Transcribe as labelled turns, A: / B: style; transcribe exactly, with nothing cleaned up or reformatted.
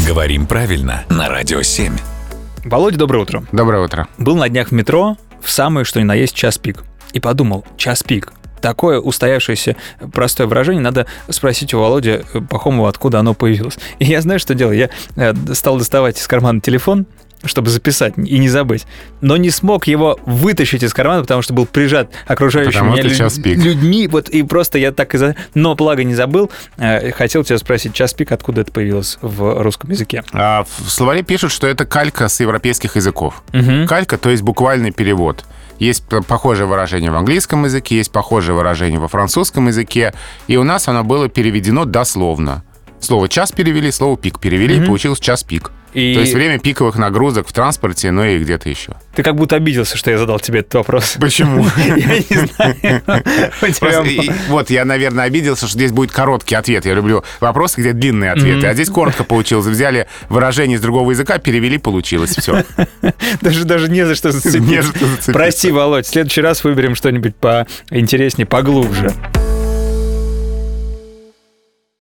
A: Говорим правильно на Радио семь.
B: Володя, доброе утро.
C: Доброе утро.
B: Был на днях в метро в самый что ни на есть час пик. И подумал, час пик. Такое устоявшееся простое выражение, надо спросить у Володи Пахомова, откуда оно появилось. И я знаю, что делаю. Я стал доставать из кармана телефон, чтобы записать и не забыть. Но не смог его вытащить из кармана, потому что был прижат окружающими меня люд... людьми. Вот, и просто я так и за... Но, благо, не забыл. Хотел тебя спросить, час пик, откуда это появилось в русском языке?
C: А, в словаре пишут, что это калька с европейских языков.
B: Угу.
C: Калька, то есть буквальный перевод. Есть похожее выражение в английском языке, есть похожее выражение во французском языке. И у нас оно было переведено дословно. Слово «час» перевели, слово «пик» перевели, угу. И получилось «час пик». И... То есть время пиковых нагрузок в транспорте, ну и где-то еще.
B: Ты как будто обиделся, что я задал тебе этот вопрос.
C: Почему?
B: Я не знаю.
C: Вот, я, наверное, обиделся, что здесь будет короткий ответ. Я люблю вопросы, где длинные ответы. А здесь коротко получилось. Взяли выражение из другого языка, перевели, получилось. Все.
B: Даже не за что зацепиться. Прости, Володь, в следующий раз выберем что-нибудь поинтереснее, поглубже.